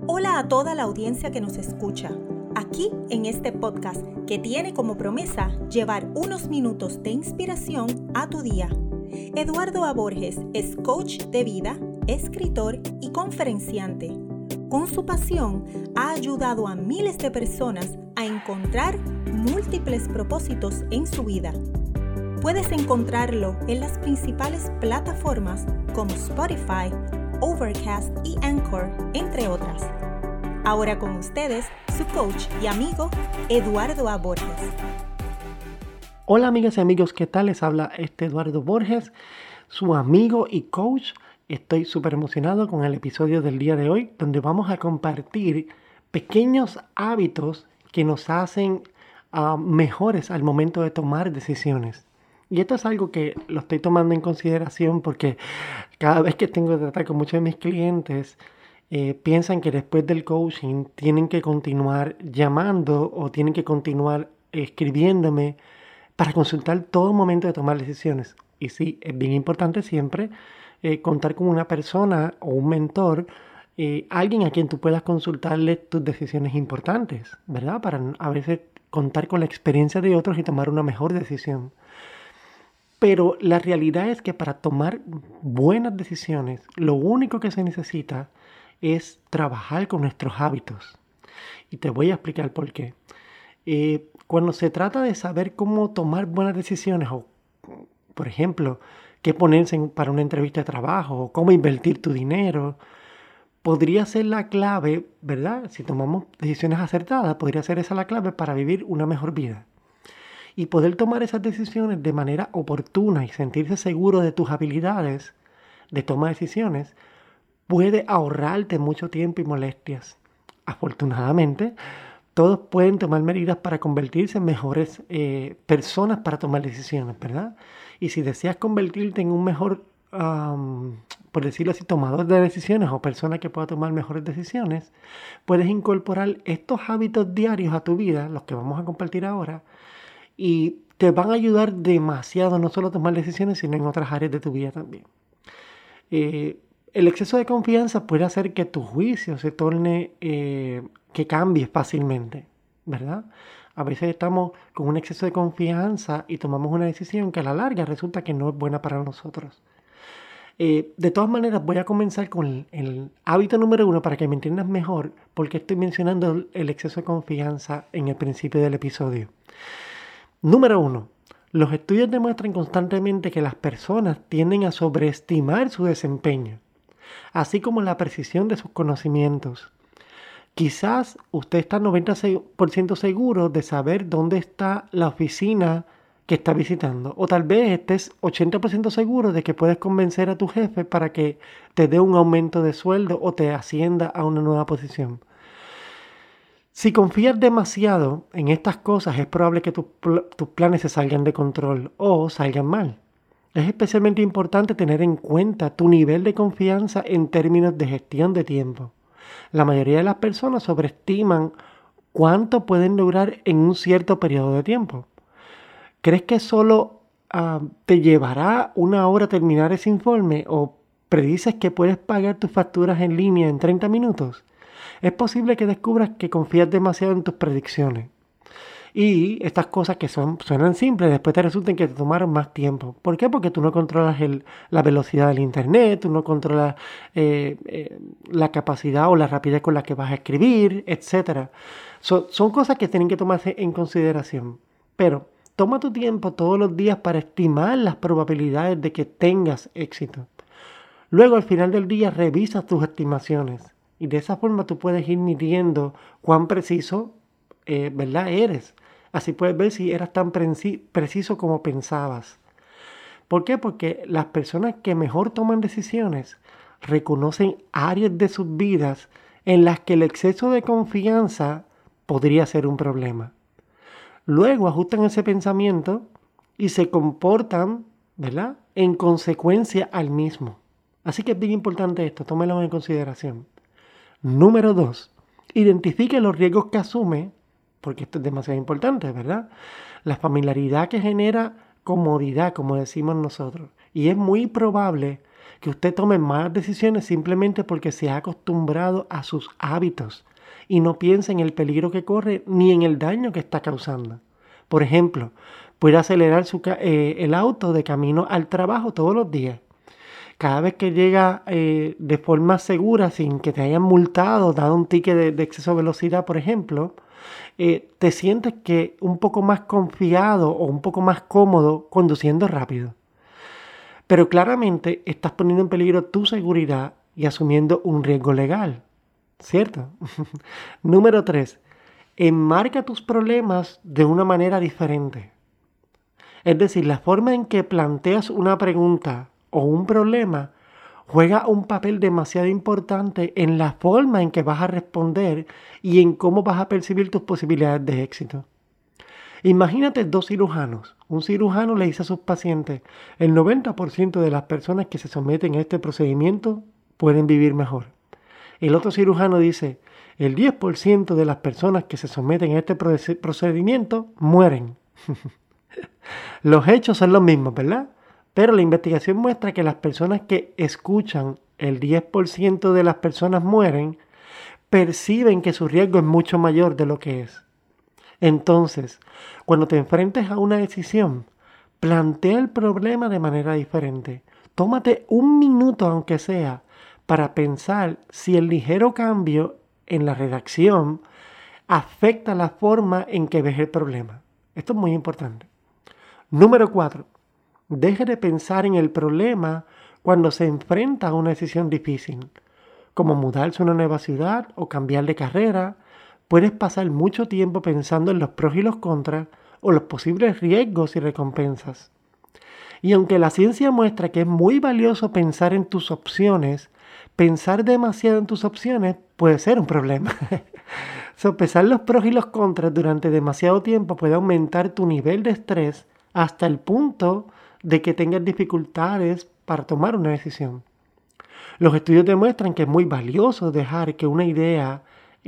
Hola a toda la audiencia que nos escucha. Aquí en este podcast que tiene como promesa llevar unos minutos de inspiración a tu día. Eduardo A. Borges es coach de vida, escritor y conferenciante. Con su pasión ha ayudado a miles de personas a encontrar múltiples propósitos en su vida. Puedes encontrarlo en las principales plataformas como Spotify, Overcast y Anchor, entre otras. Ahora con ustedes, su coach y amigo, Eduardo A. Borges. Hola amigas y amigos, ¿qué tal? Les habla Eduardo Borges, su amigo y coach. Estoy súper emocionado con el episodio del día de hoy, donde vamos a compartir pequeños hábitos que nos hacen mejores al momento de tomar decisiones. Y esto es algo que lo estoy tomando en consideración porque cada vez que tengo que tratar con muchos de mis clientes, piensan que después del coaching tienen que continuar llamando o tienen que continuar escribiéndome para consultar todo momento de tomar decisiones. Y sí, es bien importante siempre contar con una persona o un mentor, alguien a quien tú puedas consultarle tus decisiones importantes, ¿verdad? Para a veces contar con la experiencia de otros y tomar una mejor decisión. Pero la realidad es que para tomar buenas decisiones, lo único que se necesita es trabajar con nuestros hábitos. Y te voy a explicar por qué. Cuando se trata de saber cómo tomar buenas decisiones, o por ejemplo, qué ponerse para una entrevista de trabajo, o cómo invertir tu dinero, podría ser la clave, ¿verdad? Si tomamos decisiones acertadas, podría ser esa la clave para vivir una mejor vida. Y poder tomar esas decisiones de manera oportuna y sentirse seguro de tus habilidades de toma de decisiones puede ahorrarte mucho tiempo y molestias. Afortunadamente, todos pueden tomar medidas para convertirse en mejores personas para tomar decisiones, ¿verdad? Y si deseas convertirte en un mejor, por decirlo así, tomador de decisiones o persona que pueda tomar mejores decisiones, puedes incorporar estos hábitos diarios a tu vida, los que vamos a compartir ahora, y te van a ayudar demasiado, no solo a tomar decisiones, sino en otras áreas de tu vida también. El exceso de confianza puede hacer que tu juicio se torne, que cambie fácilmente, ¿verdad? A veces estamos con un exceso de confianza y tomamos una decisión que a la larga resulta que no es buena para nosotros. De todas maneras, voy a comenzar con el hábito número 1 para que me entiendas mejor, porque estoy mencionando el exceso de confianza en el principio del episodio. Número 1. Los estudios demuestran constantemente que las personas tienden a sobreestimar su desempeño, así como la precisión de sus conocimientos. Quizás usted está 90% seguro de saber dónde está la oficina que está visitando, o tal vez estés 80% seguro de que puedes convencer a tu jefe para que te dé un aumento de sueldo o te ascienda a una nueva posición. Si confías demasiado en estas cosas, es probable que tus planes se salgan de control o salgan mal. Es especialmente importante tener en cuenta tu nivel de confianza en términos de gestión de tiempo. La mayoría de las personas sobreestiman cuánto pueden lograr en un cierto periodo de tiempo. ¿Crees que solo te llevará una hora terminar ese informe o predices que puedes pagar tus facturas en línea en 30 minutos? Es posible que descubras que confías demasiado en tus predicciones. Y estas cosas que suenan simples, después te resultan que te tomaron más tiempo. ¿Por qué? Porque tú no controlas la velocidad del internet, tú no controlas la capacidad o la rapidez con la que vas a escribir, etc. Son cosas que tienen que tomarse en consideración. Pero toma tu tiempo todos los días para estimar las probabilidades de que tengas éxito. Luego, al final del día, revisa tus estimaciones. Y de esa forma tú puedes ir midiendo cuán preciso ¿verdad? eres. Así puedes ver si eras tan preciso como pensabas. ¿Por qué? Porque las personas que mejor toman decisiones reconocen áreas de sus vidas en las que el exceso de confianza podría ser un problema. Luego ajustan ese pensamiento y se comportan, ¿verdad?, en consecuencia al mismo. Así que es bien importante esto, tómelo en consideración. Número 2. Identifique los riesgos que asume, porque esto es demasiado importante, ¿verdad? La familiaridad que genera comodidad, como decimos nosotros. Y es muy probable que usted tome malas decisiones simplemente porque se ha acostumbrado a sus hábitos y no piensa en el peligro que corre ni en el daño que está causando. Por ejemplo, puede acelerar el auto de camino al trabajo todos los días. Cada vez que llega de forma segura, sin que te hayan multado, dado un ticket de exceso de velocidad, por ejemplo, te sientes que un poco más confiado o un poco más cómodo conduciendo rápido. Pero claramente estás poniendo en peligro tu seguridad y asumiendo un riesgo legal, ¿cierto? Número 3. Enmarca tus problemas de una manera diferente. Es decir, la forma en que planteas una pregunta o un problema juega un papel demasiado importante en la forma en que vas a responder y en cómo vas a percibir tus posibilidades de éxito. Imagínate dos cirujanos. Un cirujano le dice a sus pacientes: el 90% de las personas que se someten a este procedimiento pueden vivir mejor. El otro cirujano dice: el 10% de las personas que se someten a este procedimiento mueren. Los hechos son los mismos, ¿verdad? Pero la investigación muestra que las personas que escuchan el 10% de las personas mueren, perciben que su riesgo es mucho mayor de lo que es. Entonces, cuando te enfrentes a una decisión, plantea el problema de manera diferente. Tómate un minuto, aunque sea, para pensar si el ligero cambio en la redacción afecta la forma en que ves el problema. Esto es muy importante. Número 4. Deje de pensar en el problema cuando se enfrenta a una decisión difícil, como mudarse a una nueva ciudad o cambiar de carrera. Puedes pasar mucho tiempo pensando en los pros y los contras o los posibles riesgos y recompensas. Y aunque la ciencia muestra que es muy valioso pensar en tus opciones, pensar demasiado en tus opciones puede ser un problema. Sopesar los pros y los contras durante demasiado tiempo puede aumentar tu nivel de estrés hasta el punto de que tengas dificultades para tomar una decisión. Los estudios demuestran que es muy valioso dejar que una idea,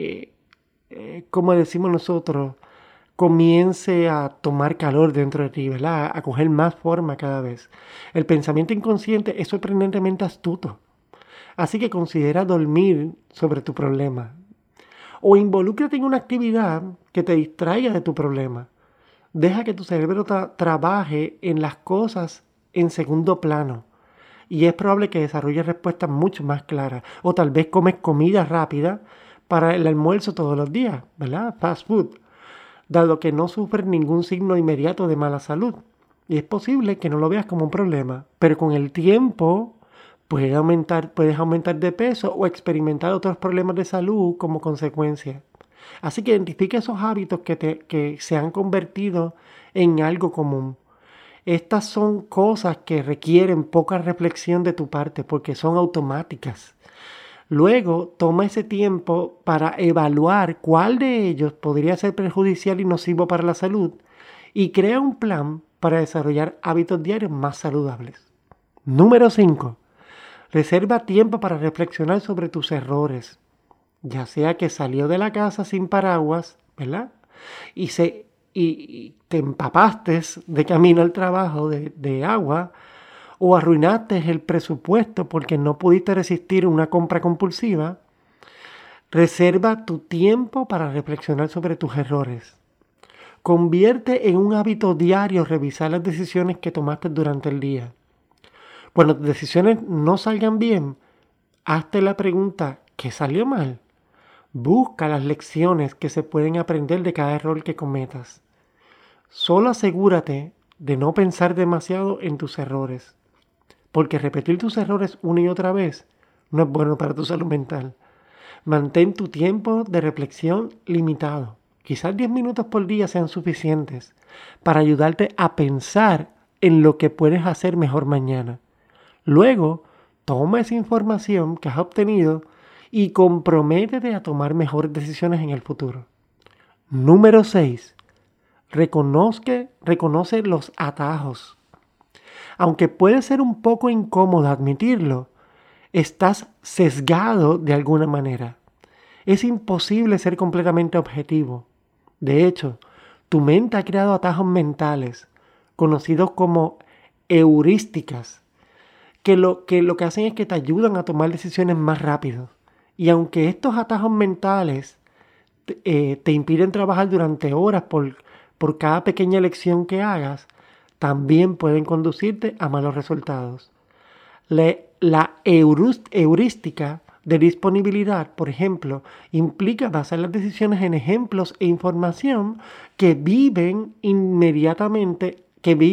como decimos nosotros, comience a tomar calor dentro de ti, ¿verdad? A coger más forma cada vez. El pensamiento inconsciente es sorprendentemente astuto. Así que considera dormir sobre tu problema. O involúcrate en una actividad que te distraiga de tu problema. Deja que tu cerebro trabaje en las cosas en segundo plano. Y es probable que desarrolles respuestas mucho más claras. O tal vez comes comida rápida para el almuerzo todos los días, ¿verdad? Fast food. Dado que no sufres ningún signo inmediato de mala salud. Y es posible que no lo veas como un problema. Pero con el tiempo puedes aumentar de peso o experimentar otros problemas de salud como consecuencia. Así que identifica esos hábitos que se han convertido en algo común. Estas son cosas que requieren poca reflexión de tu parte porque son automáticas. Luego, toma ese tiempo para evaluar cuál de ellos podría ser perjudicial y nocivo para la salud y crea un plan para desarrollar hábitos diarios más saludables. Número 5. Reserva tiempo para reflexionar sobre tus errores. Ya sea que salió de la casa sin paraguas, ¿verdad? Y te empapaste de camino al trabajo de agua, o arruinaste el presupuesto porque no pudiste resistir una compra compulsiva. Reserva tu tiempo para reflexionar sobre tus errores. Convierte en un hábito diario revisar las decisiones que tomaste durante el día. Cuando tus decisiones no salgan bien, hazte la pregunta: ¿qué salió mal? Busca las lecciones que se pueden aprender de cada error que cometas. Solo asegúrate de no pensar demasiado en tus errores, porque repetir tus errores una y otra vez no es bueno para tu salud mental. Mantén tu tiempo de reflexión limitado. Quizás 10 minutos por día sean suficientes para ayudarte a pensar en lo que puedes hacer mejor mañana. Luego, toma esa información que has obtenido y comprométete a tomar mejores decisiones en el futuro. Número 6. Reconoce los atajos. Aunque puede ser un poco incómodo admitirlo, estás sesgado de alguna manera. Es imposible ser completamente objetivo. De hecho, tu mente ha creado atajos mentales, conocidos como heurísticas, que lo que hacen es que te ayudan a tomar decisiones más rápido. Y aunque estos atajos mentales te impiden trabajar durante horas por cada pequeña elección que hagas, también pueden conducirte a malos resultados. La heurística de disponibilidad, por ejemplo, implica basar las decisiones en ejemplos e información que vienen inmediatamente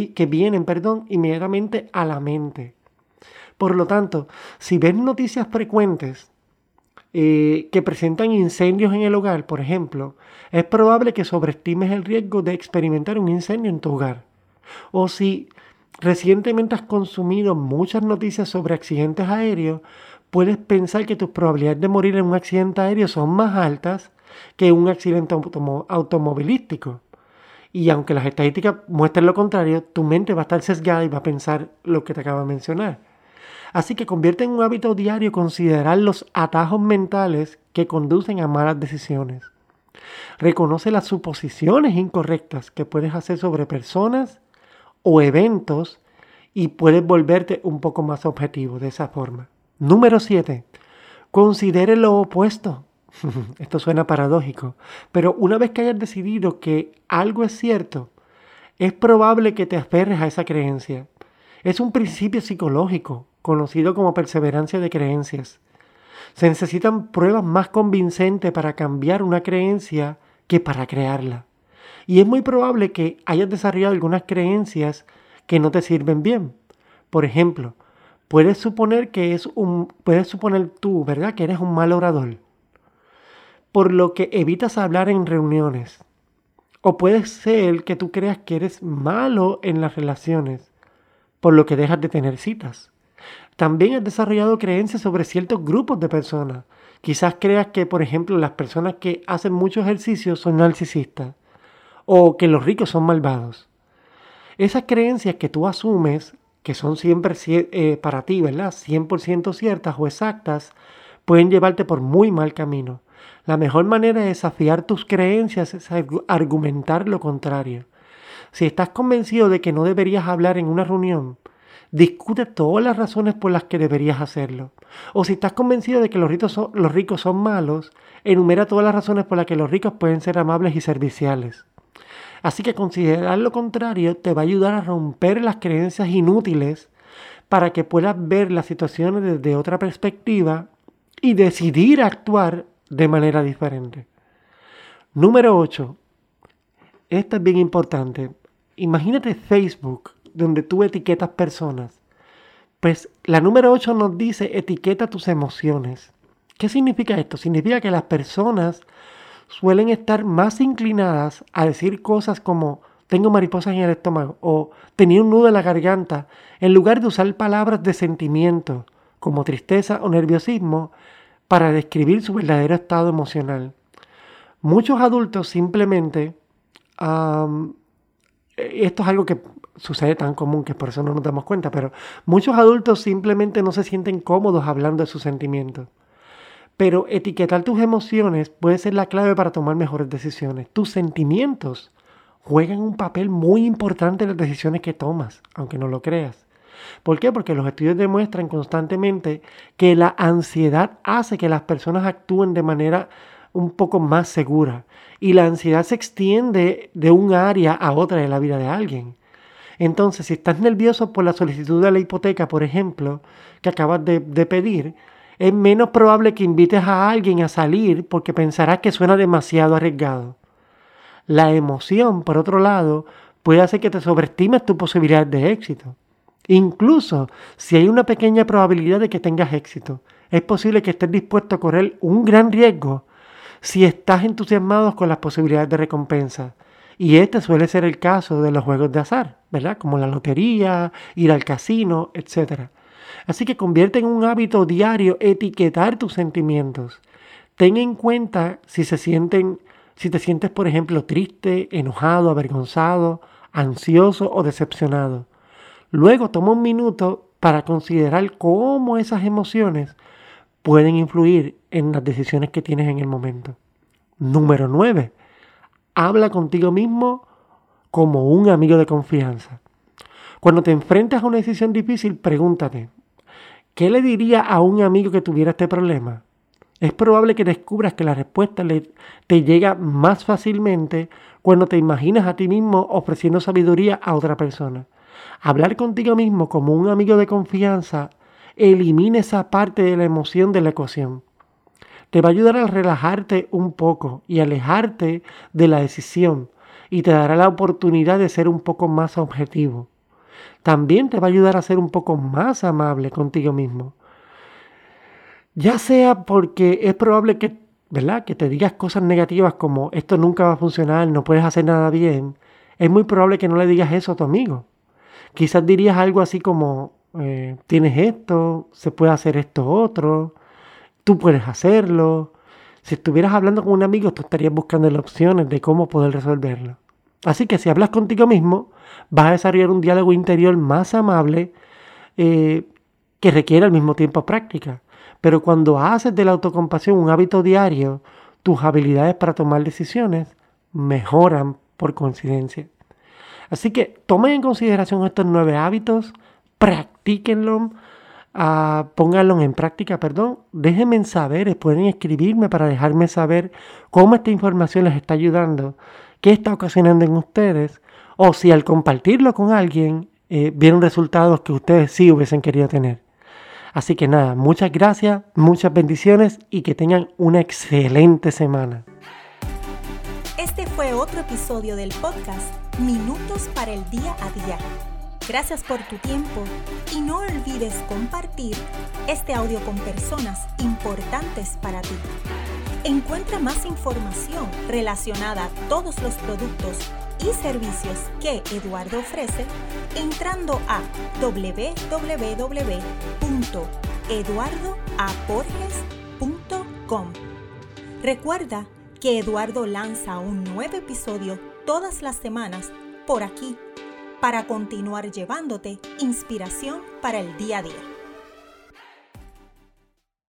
a la mente. Por lo tanto, si ves noticias frecuentes que presentan incendios en el hogar, por ejemplo, es probable que sobreestimes el riesgo de experimentar un incendio en tu hogar. O si recientemente has consumido muchas noticias sobre accidentes aéreos, puedes pensar que tus probabilidades de morir en un accidente aéreo son más altas que un accidente automovilístico. Y aunque las estadísticas muestren lo contrario, tu mente va a estar sesgada y va a pensar lo que te acabo de mencionar. Así que convierte en un hábito diario considerar los atajos mentales que conducen a malas decisiones. Reconoce las suposiciones incorrectas que puedes hacer sobre personas o eventos y puedes volverte un poco más objetivo de esa forma. Número 7. Considere lo opuesto. Esto suena paradójico, pero una vez que hayas decidido que algo es cierto, es probable que te aferres a esa creencia. Es un principio psicológico, conocido como perseverancia de creencias. Se necesitan pruebas más convincentes para cambiar una creencia que para crearla. Y es muy probable que hayas desarrollado algunas creencias que no te sirven bien. Por ejemplo, puedes suponer tú, ¿verdad?, que eres un mal orador, por lo que evitas hablar en reuniones. O puede ser que tú creas que eres malo en las relaciones, por lo que dejas de tener citas. También has desarrollado creencias sobre ciertos grupos de personas. Quizás creas que, por ejemplo, las personas que hacen mucho ejercicio son narcisistas o que los ricos son malvados. Esas creencias que tú asumes, que son siempre para ti, ¿verdad?, 100% ciertas o exactas, pueden llevarte por muy mal camino. La mejor manera de desafiar tus creencias es argumentar lo contrario. Si estás convencido de que no deberías hablar en una reunión, discute todas las razones por las que deberías hacerlo. O si estás convencido de que los ricos son malos, enumera todas las razones por las que los ricos pueden ser amables y serviciales. Así que considerar lo contrario te va a ayudar a romper las creencias inútiles para que puedas ver las situaciones desde otra perspectiva y decidir actuar de manera diferente. Número 8. Esta es bien importante. Imagínate Facebook, donde tú etiquetas personas. Pues la número 8 nos dice: etiqueta tus emociones. ¿Qué significa esto? Significa que las personas suelen estar más inclinadas a decir cosas como tengo mariposas en el estómago o tenía un nudo en la garganta, en lugar de usar palabras de sentimiento como tristeza o nerviosismo para describir su verdadero estado emocional. Muchos adultos simplemente, esto es algo que sucede tan común que por eso no nos damos cuenta, pero muchos adultos simplemente no se sienten cómodos hablando de sus sentimientos. Pero etiquetar tus emociones puede ser la clave para tomar mejores decisiones. Tus sentimientos juegan un papel muy importante en las decisiones que tomas, aunque no lo creas. ¿Por qué? Porque los estudios demuestran constantemente que la ansiedad hace que las personas actúen de manera un poco más segura. Y la ansiedad se extiende de un área a otra de la vida de alguien. Entonces, si estás nervioso por la solicitud de la hipoteca, por ejemplo, que acabas de pedir, es menos probable que invites a alguien a salir porque pensarás que suena demasiado arriesgado. La emoción, por otro lado, puede hacer que te sobreestimes tus posibilidades de éxito. Incluso si hay una pequeña probabilidad de que tengas éxito, es posible que estés dispuesto a correr un gran riesgo si estás entusiasmado con las posibilidades de recompensa. Y este suele ser el caso de los juegos de azar, ¿verdad? Como la lotería, ir al casino, etc. Así que convierte en un hábito diario etiquetar tus sentimientos. Ten en cuenta si te sientes, por ejemplo, triste, enojado, avergonzado, ansioso o decepcionado. Luego toma un minuto para considerar cómo esas emociones pueden influir en las decisiones que tienes en el momento. Número 9. Habla contigo mismo como un amigo de confianza. Cuando te enfrentas a una decisión difícil, pregúntate, ¿Qué le diría a un amigo que tuviera este problema? Es probable que descubras que la respuesta te llega más fácilmente cuando te imaginas a ti mismo ofreciendo sabiduría a otra persona. Hablar contigo mismo como un amigo de confianza elimina esa parte de la emoción de la ecuación. Te va a ayudar a relajarte un poco y alejarte de la decisión y te dará la oportunidad de ser un poco más objetivo. También te va a ayudar a ser un poco más amable contigo mismo. Ya sea porque es probable que, ¿verdad?, que te digas cosas negativas como esto nunca va a funcionar, no puedes hacer nada bien. Es muy probable que no le digas eso a tu amigo. Quizás dirías algo así como, tienes esto, se puede hacer esto otro, tú puedes hacerlo. Si estuvieras hablando con un amigo, tú estarías buscando las opciones de cómo poder resolverlo. Así que si hablas contigo mismo, vas a desarrollar un diálogo interior más amable que requiere al mismo tiempo práctica. Pero cuando haces de la autocompasión un hábito diario, tus habilidades para tomar decisiones mejoran por coincidencia. Así que tomen en consideración estos 9 hábitos, practíquenlo, pónganlo en práctica, Déjenme saber, pueden escribirme para dejarme saber cómo esta información les está ayudando, qué está ocasionando en ustedes, o si al compartirlo con alguien vieron resultados que ustedes sí hubiesen querido tener. Así que nada, muchas gracias, muchas bendiciones y que tengan una excelente semana. Este fue otro episodio del podcast Minutos para el Día a Día. Gracias por tu tiempo y no olvides compartir este audio con personas importantes para ti. Encuentra más información relacionada a todos los productos y servicios que Eduardo ofrece entrando a www.eduardoaborges.com. Recuerda que Eduardo lanza un nuevo episodio todas las semanas por aquí para continuar llevándote inspiración para el día a día.